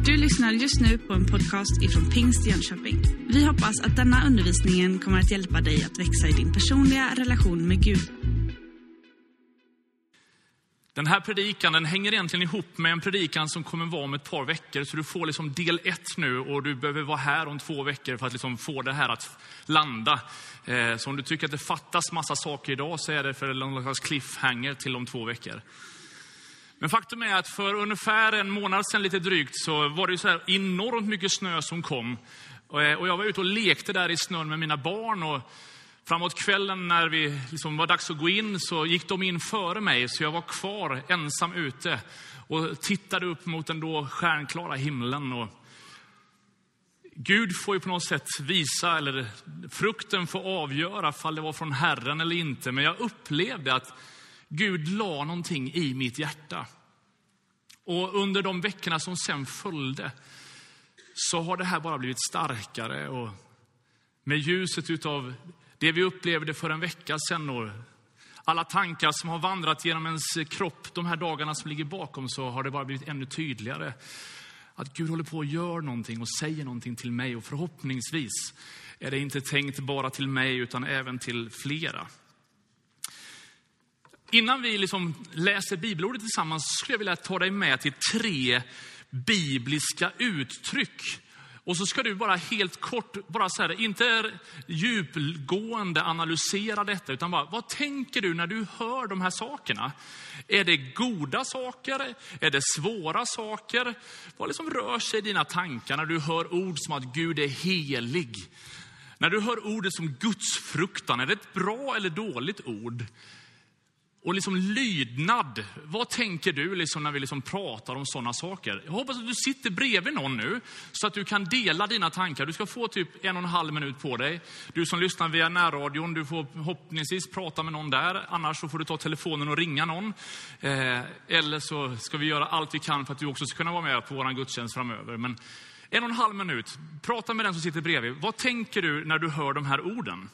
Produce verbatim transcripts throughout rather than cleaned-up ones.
Du lyssnar just nu på en podcast ifrån Pingst Jönköping. Vi hoppas att denna undervisning kommer att hjälpa dig att växa i din personliga relation med Gud. Den här predikan den hänger egentligen ihop med en predikan som kommer vara om ett par veckor. Så du får liksom del ett nu och du behöver vara här om två veckor för att liksom få det här att landa. Eh, så om du tycker att det fattas massa saker idag så är det för en slags cliffhanger till om två veckor. Men faktum är att för ungefär en månad sedan lite drygt så var det ju så här enormt mycket snö som kom. Och jag var ute och lekte där i snön med mina barn och framåt kvällen när vi liksom var dags att gå in så gick de in före mig. Så jag var kvar ensam ute och tittade upp mot den då stjärnklara himlen. Och Gud får ju på något sätt visa, eller frukten får avgöra ifall det var från Herren eller inte. Men jag upplevde att Gud la någonting i mitt hjärta. Och under de veckorna som sen följde så har det här bara blivit starkare. Och med ljuset utav det vi upplevde för en vecka sedan och alla tankar som har vandrat genom ens kropp de här dagarna som ligger bakom, så har det bara blivit ännu tydligare att Gud håller på att göra någonting och säger någonting till mig. Och förhoppningsvis är det inte tänkt bara till mig utan även till flera. Innan vi liksom läser bibelordet tillsammans skulle jag vilja ta dig med till tre bibliska uttryck. Och så ska du bara helt kort, bara så här, inte djupgående analysera detta, utan bara, vad tänker du när du hör de här sakerna? Är det goda saker? Är det svåra saker? Vad liksom rör sig i dina tankar när du hör ord som att Gud är helig? När du hör ordet som gudsfruktan, är det ett bra eller dåligt ord? Och liksom lydnad, vad tänker du liksom när vi liksom pratar om sådana saker? Jag hoppas att du sitter bredvid någon nu så att du kan dela dina tankar. Du ska få typ en och en halv minut på dig. Du som lyssnar via närradion, du får förhoppningsvis prata med någon där. Annars så får du ta telefonen och ringa någon. Eh, eller så ska vi göra allt vi kan för att du också ska kunna vara med på våran gudstjänst framöver. Men en och en halv minut, prata med den som sitter bredvid. Vad tänker du när du hör de här orden?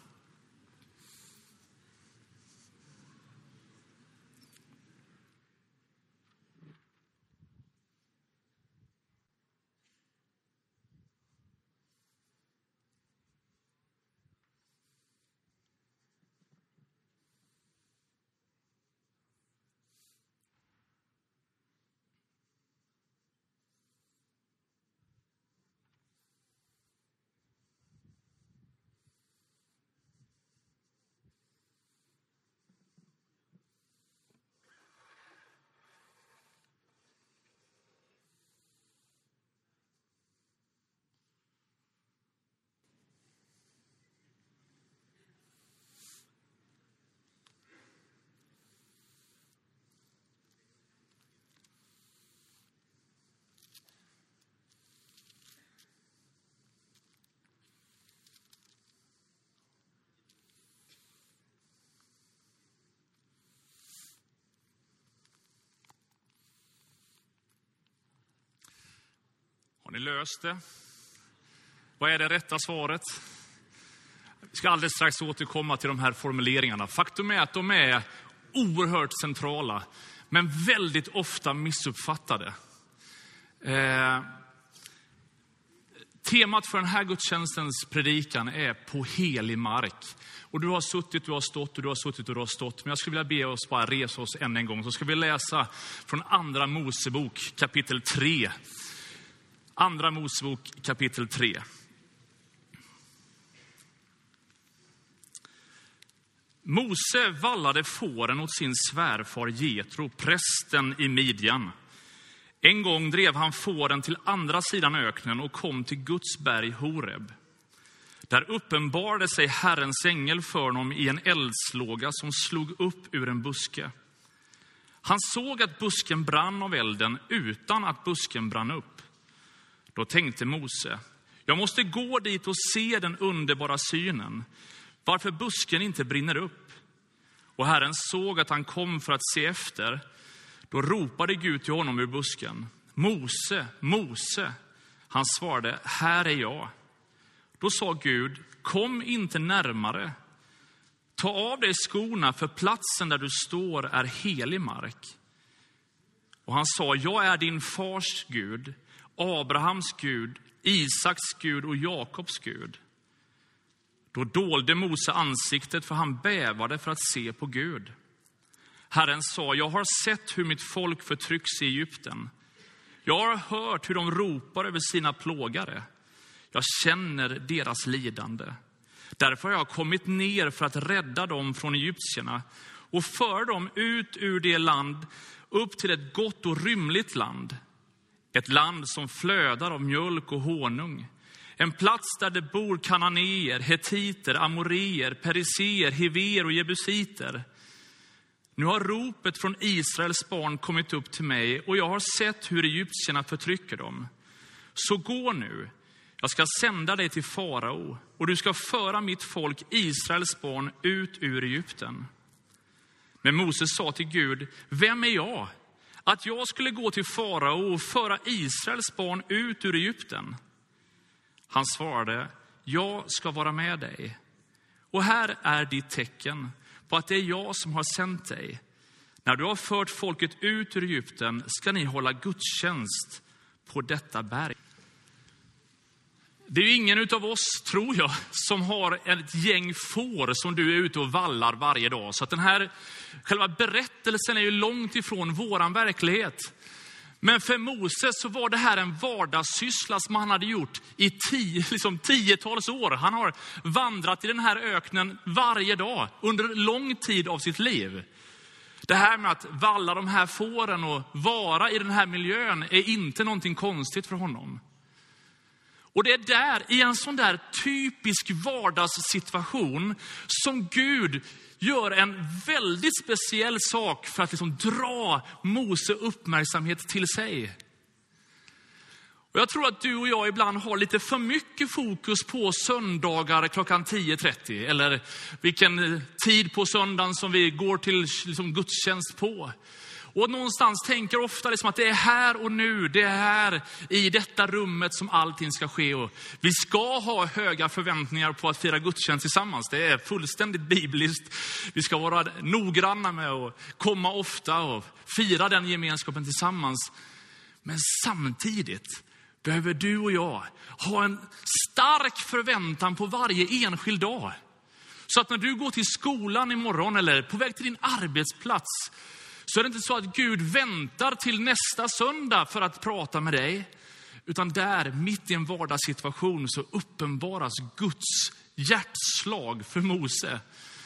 Har ni löst det? Vad är det rätta svaret? Vi ska alldeles strax återkomma till de här formuleringarna. Faktum är att de är oerhört centrala, men väldigt ofta missuppfattade. Eh, temat för den här gudstjänstens predikan är på helig mark. Och du har suttit, du har stått och du har suttit och du har stått. Men jag skulle vilja be oss bara resa oss än en gång. Så ska vi läsa från andra Mosebok kapitel tre. Andra Mosebok kapitel tre. Mose vallade fåren åt sin svärfar Jetro, prästen i Midjan. En gång drev han fåren till andra sidan öknen och kom till Guds berg Horeb. Där uppenbarade sig Herrens ängel för honom i en eldslåga som slog upp ur en buske. Han såg att busken brann av elden utan att busken brann upp. Då tänkte Mose, jag måste gå dit och se den underbara synen, varför busken inte brinner upp. Och Herren såg att han kom för att se efter. Då ropade Gud till honom ur busken, Mose, Mose. Han svarade, här är jag. Då sa Gud, kom inte närmare. Ta av dig skorna, för platsen där du står är helig mark. Och han sa, jag är din fars Gud, Abrahams Gud, Isaks Gud och Jakobs Gud. Då dolde Mose ansiktet, för han bävade för att se på Gud. Herren sa, jag har sett hur mitt folk förtrycks i Egypten. Jag har hört hur de ropar över sina plågare. Jag känner deras lidande. Därför har jag kommit ner för att rädda dem från egyptierna och föra dem ut ur det land upp till ett gott och rymligt land. Ett land som flödar av mjölk och honung. En plats där det bor kananeer, hetiter, amoreer, periseer, hever och jebusiter. Nu har ropet från Israels barn kommit upp till mig och jag har sett hur egyptierna förtrycker dem. Så gå nu, jag ska sända dig till farao och du ska föra mitt folk Israels barn ut ur Egypten. Men Moses sa till Gud, vem är jag? Att jag skulle gå till farao och föra Israels barn ut ur Egypten. Han svarade, jag ska vara med dig. Och här är ditt tecken på att det är jag som har sänt dig. När du har fört folket ut ur Egypten ska ni hålla gudstjänst på detta berg. Det är ju ingen utav oss, tror jag, som har ett gäng får som du är ute och vallar varje dag. Så att den här själva berättelsen är ju långt ifrån våran verklighet. Men för Moses så var det här en vardagssyssla som han hade gjort i tio, liksom tiotals år. Han har vandrat i den här öknen varje dag under lång tid av sitt liv. Det här med att valla de här fåren och vara i den här miljön är inte någonting konstigt för honom. Och det är där, i en sån där typisk vardagssituation, som Gud gör en väldigt speciell sak för att liksom dra Mose uppmärksamhet till sig. Och jag tror att du och jag ibland har lite för mycket fokus på söndagar klockan tio trettio. Eller vilken tid på söndagen som vi går till liksom gudstjänst på. Och någonstans tänker ofta liksom att det är här och nu, det är här i detta rummet som allting ska ske. Och vi ska ha höga förväntningar på att fira gudstjänst tillsammans. Det är fullständigt bibliskt. Vi ska vara noggranna med att komma ofta och fira den gemenskapen tillsammans. Men samtidigt behöver du och jag ha en stark förväntan på varje enskild dag. Så att när du går till skolan imorgon eller på väg till din arbetsplats, så är det inte så att Gud väntar till nästa söndag för att prata med dig. Utan där, mitt i en vardagssituation, så uppenbaras Guds hjärtslag för Mose.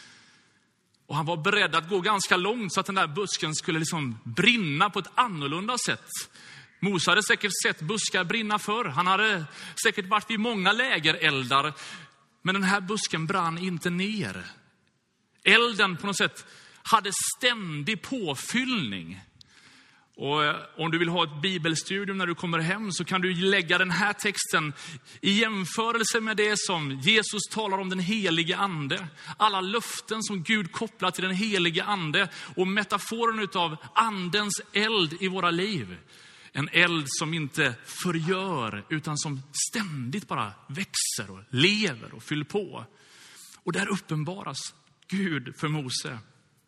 Och han var beredd att gå ganska långt så att den där busken skulle liksom brinna på ett annorlunda sätt. Mose hade säkert sett buskar brinna förr. Han hade säkert varit vid många lägereldar. Men den här busken brann inte ner. Elden på något sätt hade ständig påfyllning. Och om du vill ha ett bibelstudium när du kommer hem, så kan du lägga den här texten i jämförelse med det som Jesus talar om den helige ande. Alla löften som Gud kopplar till den helige ande och metaforen utav andens eld i våra liv. En eld som inte förgör utan som ständigt bara växer och lever och fyller på. Och där uppenbaras Gud för Mose.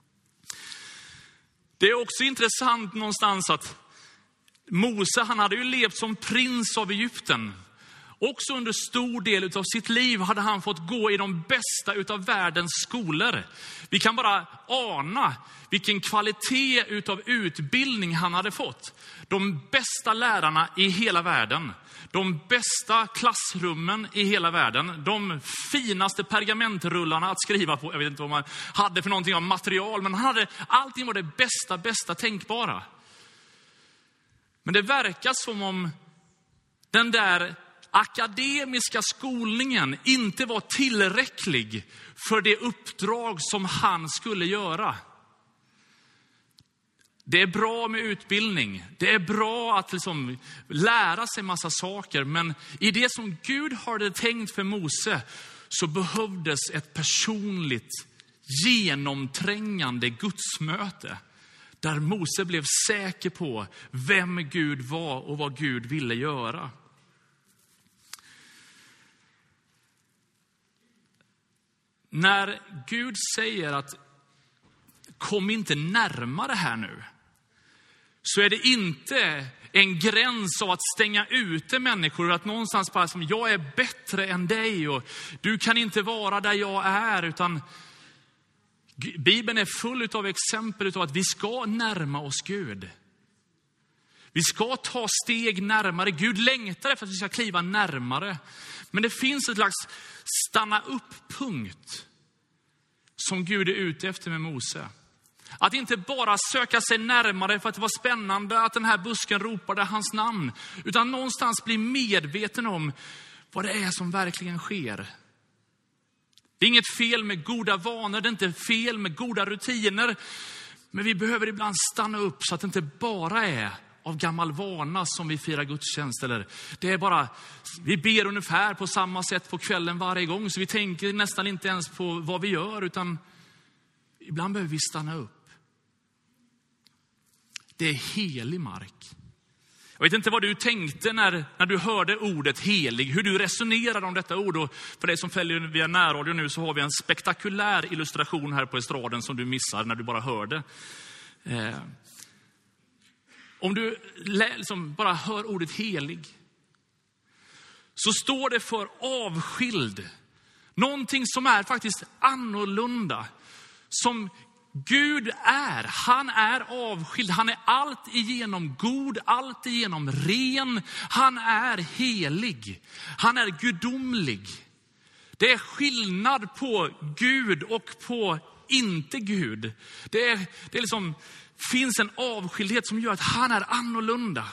Det är också intressant någonstans att Mose, han hade ju levt som prins av Egypten. Också under stor del av sitt liv hade han fått gå i de bästa utav världens skolor. Vi kan bara ana vilken kvalitet utav utbildning han hade fått. De bästa lärarna i hela världen. De bästa klassrummen i hela världen. De finaste pergamentrullarna att skriva på. Jag vet inte vad man hade för någonting av material. Men han hade, allting var det bästa, bästa tänkbara. Men det verkar som om den där akademiska skolningen inte var tillräcklig för det uppdrag som han skulle göra. Det är bra med utbildning. Det är bra att liksom lära sig massa saker. Men i det som Gud hade tänkt för Mose så behövdes ett personligt, genomträngande gudsmöte. Där Mose blev säker på vem Gud var och vad Gud ville göra. När Gud säger att kom inte närmare här nu, så är det inte en gräns av att stänga ute människor. Att någonstans bara som jag är bättre än dig och du kan inte vara där jag är. Utan Bibeln är full av exempel av att vi ska närma oss Gud. Vi ska ta steg närmare. Gud längtar efter att vi ska kliva närmare. Men det finns ett slags stanna upp-punkt som Gud är ute efter med Mose. Att inte bara söka sig närmare för att det var spännande att den här busken ropade hans namn. Utan någonstans bli medveten om vad det är som verkligen sker. Det är inget fel med goda vanor, det är inte fel med goda rutiner. Men vi behöver ibland stanna upp så att det inte bara är av gammal vana som vi firar gudstjänst. Eller det är bara, vi ber ungefär på samma sätt på kvällen varje gång. Så vi tänker nästan inte ens på vad vi gör, utan ibland behöver vi stanna upp. Det är helig mark. Jag vet inte vad du tänkte när, när du hörde ordet helig. Hur du resonerade om detta ord. Och för dig som följer via närradio nu så har vi en spektakulär illustration här på estraden som du missar när du bara hörde. Eh, om du liksom bara hör ordet helig så står det för avskild. Någonting som är faktiskt annorlunda. Som Gud är. Han är avskild. Han är allt igenom god, allt igenom ren. Han är helig. Han är gudomlig. Det är skillnad på Gud och på inte Gud. Det är, det är liksom, finns en avskildhet som gör att han är annorlunda.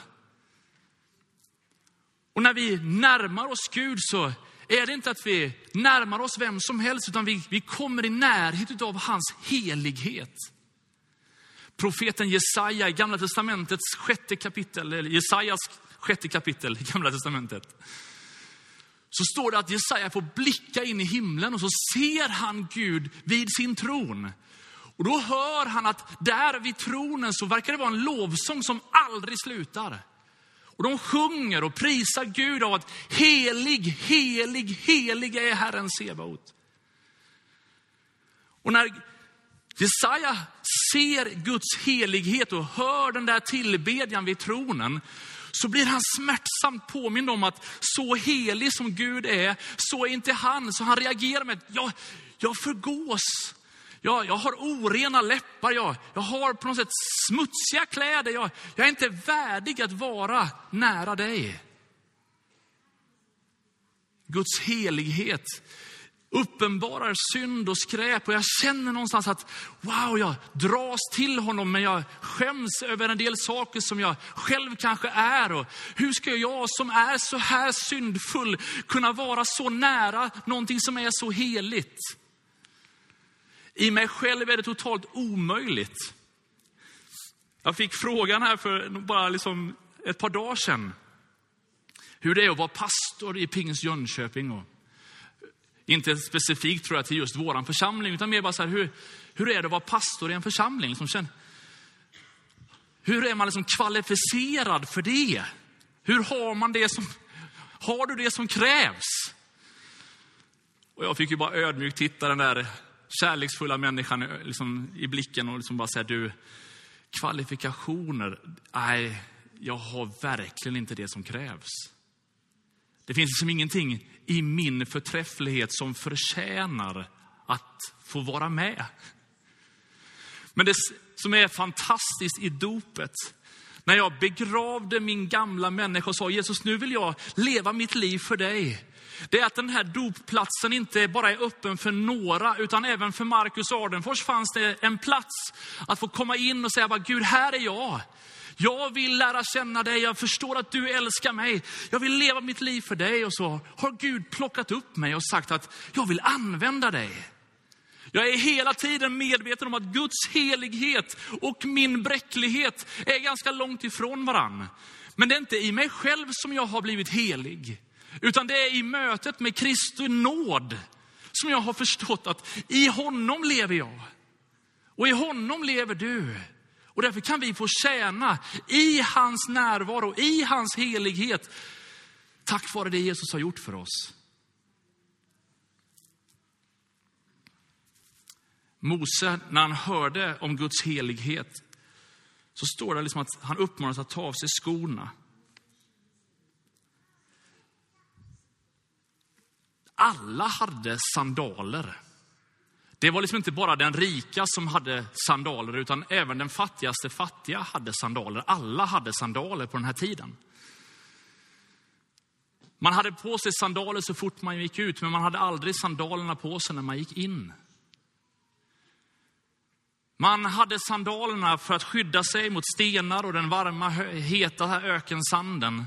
Och när vi närmar oss Gud så är det inte att vi närmar oss vem som helst, utan vi, vi kommer i närhet av hans helighet. Profeten Jesaja i Gamla testamentets sjätte kapitel, eller Jesajas sjätte kapitel i Gamla testamentet. Så står det att Jesaja får blicka in i himlen och så ser han Gud vid sin tron. Och då hör han att där vid tronen så verkar det vara en lovsång som aldrig slutar. Och de sjunger och prisar Gud av att helig, helig, helig är Herren Sebaot. Och när Jesaja ser Guds helighet och hör den där tillbedjan vid tronen, så blir han smärtsamt påmind om att så helig som Gud är, så är inte han. Så han reagerar med att jag, jag förgås. Jag, jag har orena läppar. Jag, jag har på något sätt smutsiga kläder. Jag, jag är inte värdig att vara nära dig. Guds helighet uppenbarar synd och skräp. Och jag känner någonstans att wow, jag dras till honom. Men jag skäms över en del saker som jag själv kanske är. Och hur ska jag som är så här syndfull kunna vara så nära någonting som är så heligt? I mig själv är det totalt omöjligt. Jag fick frågan här för bara liksom ett par dagar sedan. Hur det är att vara pastor i Pingst Jönköping. Och inte specifikt tror jag till just våran församling. Utan mer bara så här, hur, hur är det att vara pastor i en församling? Liksom, känn, hur är man liksom kvalificerad för det? Hur har man det som, har du det som krävs? Och jag fick ju bara ödmjukt titta den där kärleksfulla människan liksom i blicken och liksom bara säga, du, kvalifikationer, nej, jag har verkligen inte det som krävs. Det finns liksom ingenting i min förträfflighet som förtjänar att få vara med. Men det som är fantastiskt i dopet, när jag begravde min gamla människa och sa, Jesus, nu vill jag leva mitt liv för dig. Det är att den här dopplatsen inte bara är öppen för några, utan även för Marcus Ardenfors fanns det en plats att få komma in och säga, Gud, här är jag. Jag vill lära känna dig, jag förstår att du älskar mig. Jag vill leva mitt liv för dig. Och så har Gud plockat upp mig och sagt att jag vill använda dig. Jag är hela tiden medveten om att Guds helighet och min bräcklighet är ganska långt ifrån varann. Men det är inte i mig själv som jag har blivit helig. Utan det är i mötet med Kristi nåd som jag har förstått att i honom lever jag. Och i honom lever du. Och därför kan vi få tjäna i hans närvaro, i hans helighet. Tack vare det Jesus har gjort för oss. Mose, när han hörde om Guds helighet, så står det liksom att han uppmanas att ta av sig skorna. Alla hade sandaler. Det var liksom inte bara den rika som hade sandaler, utan även den fattigaste fattiga hade sandaler. Alla hade sandaler på den här tiden. Man hade på sig sandaler så fort man gick ut, men man hade aldrig sandalerna på sig när man gick in. Man hade sandalerna för att skydda sig mot stenar och den varma, heta ökensanden.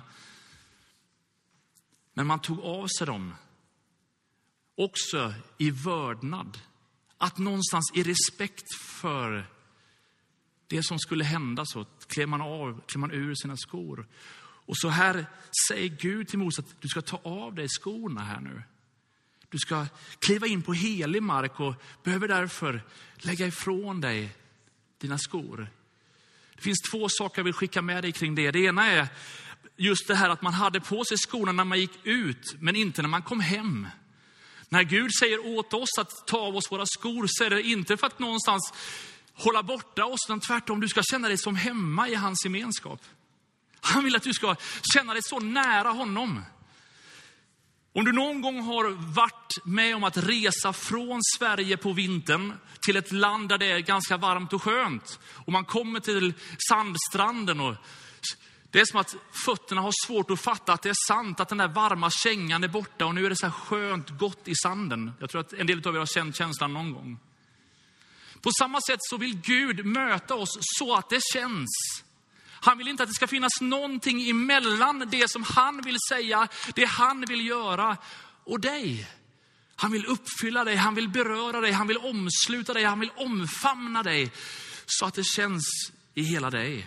Men man tog av sig dem också i vördnad. Att någonstans i respekt för det som skulle hända så klär man av, klär man ur sina skor. Och så här säger Gud till Mose att du ska ta av dig skorna här nu. Du ska kliva in på helig mark och behöver därför lägga ifrån dig dina skor. Det finns två saker jag vill skicka med dig kring det. Det ena är just det här att man hade på sig skorna när man gick ut, men inte när man kom hem. När Gud säger åt oss att ta av oss våra skor, så är det inte för att någonstans hålla borta oss, utan tvärtom, du ska känna dig som hemma i hans gemenskap. Han vill att du ska känna dig så nära honom. Om du någon gång har varit med om att resa från Sverige på vintern till ett land där det är ganska varmt och skönt, och man kommer till sandstranden och det är som att fötterna har svårt att fatta att det är sant, att den där varma kängan är borta och nu är det så här skönt gott i sanden. Jag tror att en del av er har känt känslan någon gång. På samma sätt så vill Gud möta oss så att det känns. Han vill inte att det ska finnas någonting emellan det som han vill säga, det han vill göra och dig. Han vill uppfylla dig, han vill beröra dig, han vill omsluta dig, han vill omfamna dig så att det känns i hela dig.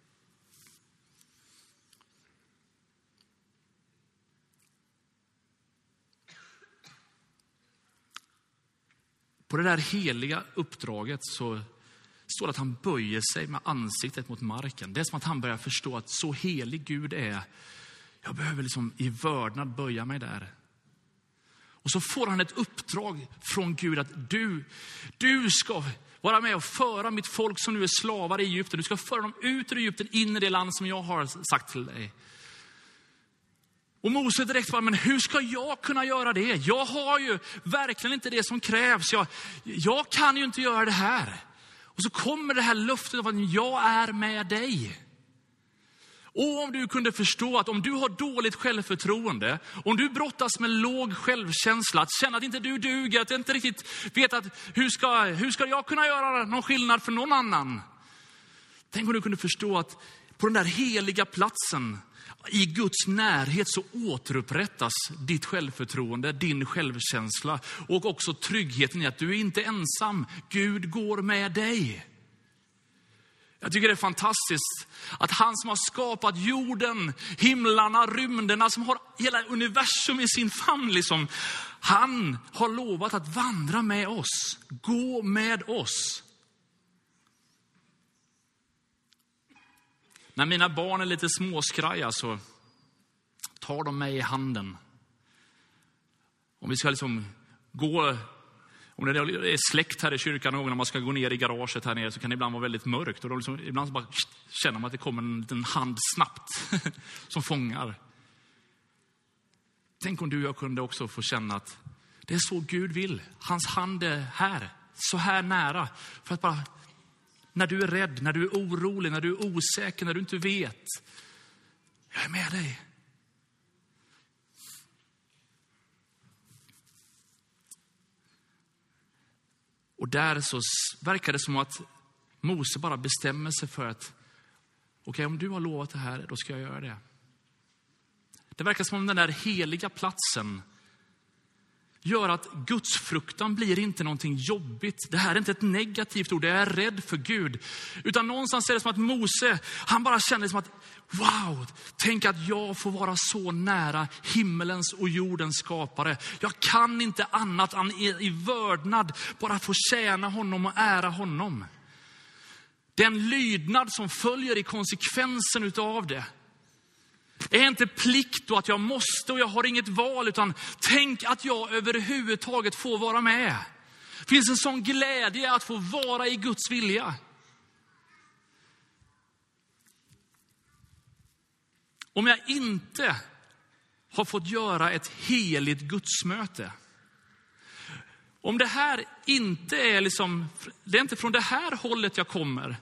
På det där heliga uppdraget så står det att han böjer sig med ansiktet mot marken. Det är som att han börjar förstå att så helig Gud är. Jag behöver liksom i vördnad böja mig där. Och så får han ett uppdrag från Gud att du, du ska vara med och föra mitt folk som nu är slavar i Egypten. Du ska föra dem ut ur Egypten in i det land som jag har sagt till dig. Och Mose direkt var, men hur ska jag kunna göra det? Jag har ju verkligen inte det som krävs. Jag, jag kan ju inte göra det här. Och så kommer det här löftet av att jag är med dig. Och om du kunde förstå att om du har dåligt självförtroende, om du brottas med låg självkänsla, att känna att inte du duger, att inte riktigt vet att hur ska, hur ska jag kunna göra någon skillnad för någon annan? Tänk om du kunde förstå att på den där heliga platsen, i Guds närhet, så återupprättas ditt självförtroende, din självkänsla och också tryggheten i att du är inte ensam. Gud går med dig. Jag tycker det är fantastiskt att han som har skapat jorden, himlarna, rymderna, som har hela universum i sin famn, liksom, han har lovat att vandra med oss, gå med oss. När mina barn är lite småskraja så tar de mig i handen. Om vi ska liksom gå, om det är släkt här i kyrkan någon, när man ska gå ner i garaget här nere, så kan det ibland vara väldigt mörkt. Och då liksom, ibland så bara känner man att det kommer en liten hand snabbt som fångar. Tänk om du och jag kunde också få känna att det är så Gud vill. Hans hand är här, så här nära. För att bara, när du är rädd, när du är orolig, när du är osäker, när du inte vet. Jag är med dig. Och där så verkar det som att Mose bara bestämmer sig för att okej, okay, om du har lovat det här, då ska jag göra det. Det verkar som om den där heliga platsen gör att Guds fruktan blir inte någonting jobbigt. Det här är inte ett negativt ord, det är rädd för Gud. Utan någonstans är det som att Mose, han bara känner som att wow, tänk att jag får vara så nära himmelens och jordens skapare. Jag kan inte annat än i, i vördnad bara få tjäna honom och ära honom. Den lydnad som följer i konsekvensen utav det är inte plikt och att jag måste och jag har inget val, utan tänk att jag överhuvudtaget får vara med. Det finns en sån glädje att få vara i Guds vilja. Om jag inte har fått göra ett heligt gudsmöte. Om det här inte är liksom, det är inte från det här hållet jag kommer.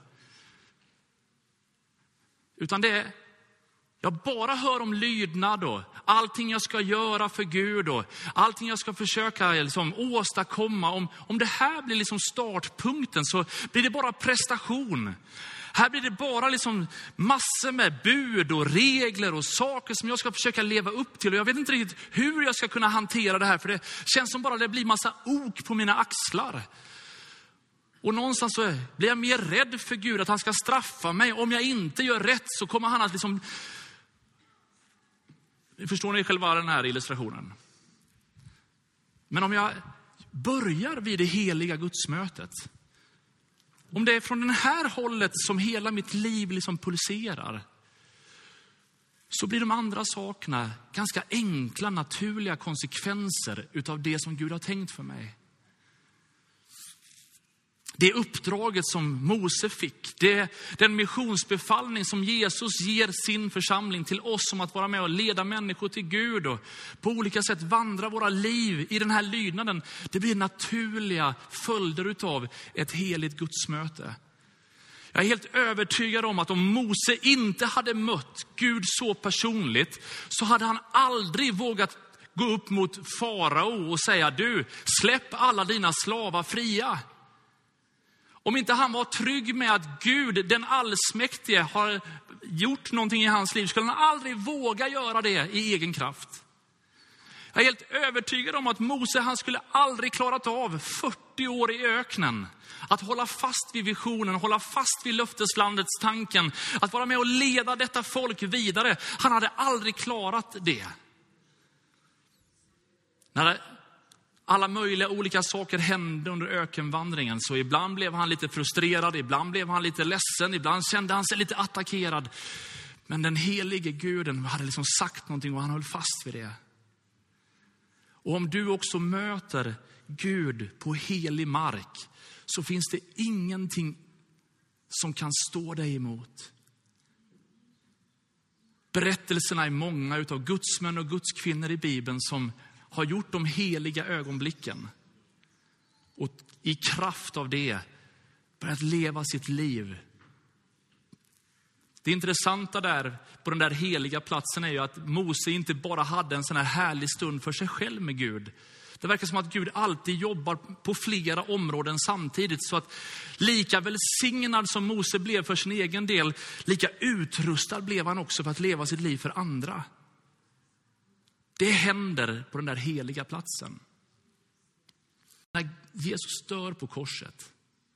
Utan det är, jag bara hör om lydnad och allting jag ska göra för Gud och allting jag ska försöka liksom åstadkomma. Om, om det här blir liksom startpunkten så blir det bara prestation. Här blir det bara liksom massor med bud och regler och saker som jag ska försöka leva upp till. Och jag vet inte riktigt hur jag ska kunna hantera det här. För det känns som bara det blir massa ok på mina axlar. Och någonstans så blir jag mer rädd för Gud att han ska straffa mig. Om jag inte gör rätt så kommer han att liksom... Förstår ni själva den här illustrationen? Men om jag börjar vid det heliga gudsmötet. Om det är från den här hållet som hela mitt liv liksom pulserar. Så blir de andra sakerna ganska enkla, naturliga konsekvenser utav det som Gud har tänkt för mig. Det uppdraget som Mose fick, det, den missionsbefallning som Jesus ger sin församling till oss om att vara med och leda människor till Gud och på olika sätt vandra våra liv i den här lydnaden. Det blir naturliga följder utav ett heligt gudsmöte. Jag är helt övertygad om att om Mose inte hade mött Gud så personligt så hade han aldrig vågat gå upp mot farao och säga: du, släpp alla dina slavar fria. Om inte han var trygg med att Gud, den allsmäktige, har gjort någonting i hans liv, skulle han aldrig våga göra det i egen kraft. Jag är helt övertygad om att Mose, han skulle aldrig klarat av fyrtio år i öknen. Att hålla fast vid visionen, hålla fast vid löfteslandets tanken. Att vara med och leda detta folk vidare. Han hade aldrig klarat det. När alla möjliga olika saker hände under ökenvandringen, så ibland blev han lite frustrerad, ibland blev han lite ledsen, ibland kände han sig lite attackerad. Men den helige Guden hade liksom sagt någonting och han höll fast vid det. Och om du också möter Gud på helig mark, så finns det ingenting som kan stå dig emot. Berättelserna är många utav gudsmän och gudskvinnor i Bibeln som har gjort de heliga ögonblicken. Och i kraft av det börjat leva sitt liv. Det intressanta där på den där heliga platsen är ju att Mose inte bara hade en sån här härlig stund för sig själv med Gud. Det verkar som att Gud alltid jobbar på flera områden samtidigt. Så att lika välsignad som Mose blev för sin egen del, lika utrustad blev han också för att leva sitt liv för andra. Det händer på den där heliga platsen. När Jesus dör på korset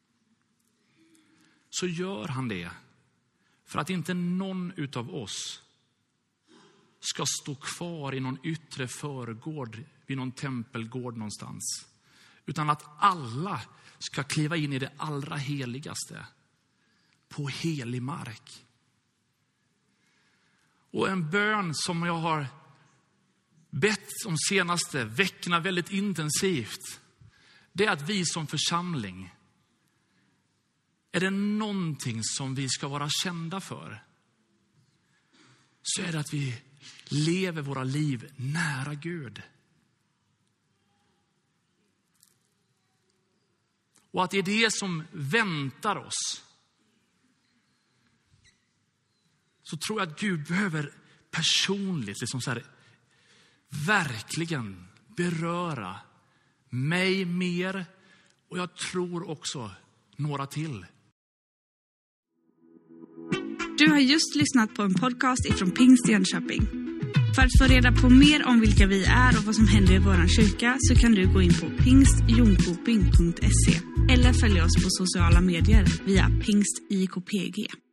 så gör han det för att inte någon utav oss ska stå kvar i någon yttre förgård vid någon tempelgård någonstans. Utan att alla ska kliva in i det allra heligaste på helig mark. Och en bön som jag har bett de senaste veckorna väldigt intensivt, det är att vi som församling, är det någonting som vi ska vara kända för, så är det att vi lever våra liv nära Gud. Och att det är det som väntar oss. Så tror jag att Gud behöver personligt liksom så här, verkligen beröra mig mer, och jag tror också några till. Du har just lyssnat på en podcast ifrån Pingst Jönköping. För att få reda på mer om vilka vi är och vad som händer i vår kyrka, så kan du gå in på pingst jonkoping punkt se eller följa oss på sociala medier via pingst I K P G.